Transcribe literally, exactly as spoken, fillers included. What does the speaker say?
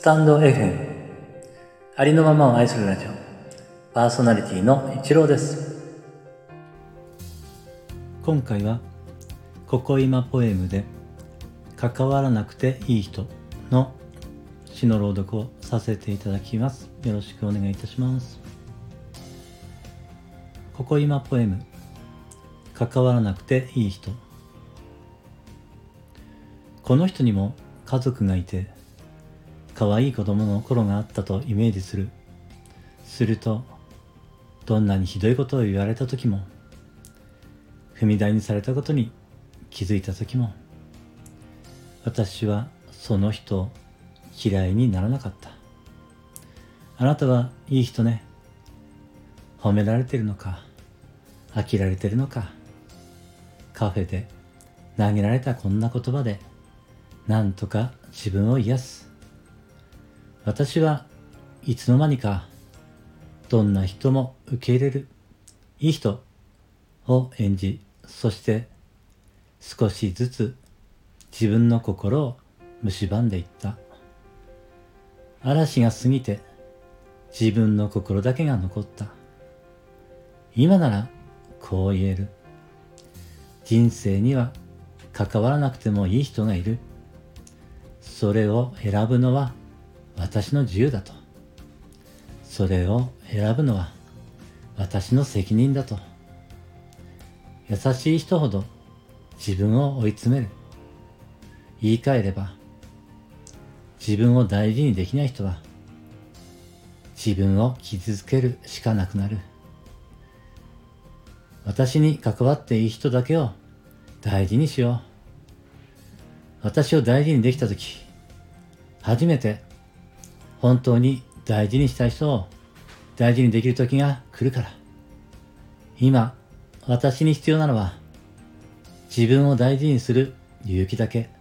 タンド エフエム ありのままを愛するラジオ、パーソナリティの一郎です。今回はここ今ポエムで関わらなくていい人の詩の朗読をさせていただきます。よろしくお願いいたします。ここ今ポエム、関わらなくていい人。この人にも家族がいて、可愛い子供の頃があったとイメージする。すると、どんなにひどいことを言われた時も、踏み台にされたことに気づいた時も、私はその人を嫌いにならなかった。あなたはいい人ね。褒められてるのか、飽きられてるのか、カフェで投げられたこんな言葉で、なんとか自分を癒す。私はいつの間にかどんな人も受け入れるいい人を演じ、そして少しずつ自分の心を蝕んでいった。嵐が過ぎて自分の心だけが残った。今ならこう言える。人生には関わらなくてもいい人がいる。それを選ぶのは私の自由だと。それを選ぶのは私の責任だと。優しい人ほど自分を追い詰める。言い換えれば、自分を大事にできない人は自分を傷つけるしかなくなる。私に関わっていい人だけを大事にしよう。私を大事にできたとき、初めて本当に大事にしたい人を大事にできるときが来るから。今、私に必要なのは自分を大事にする勇気だけ。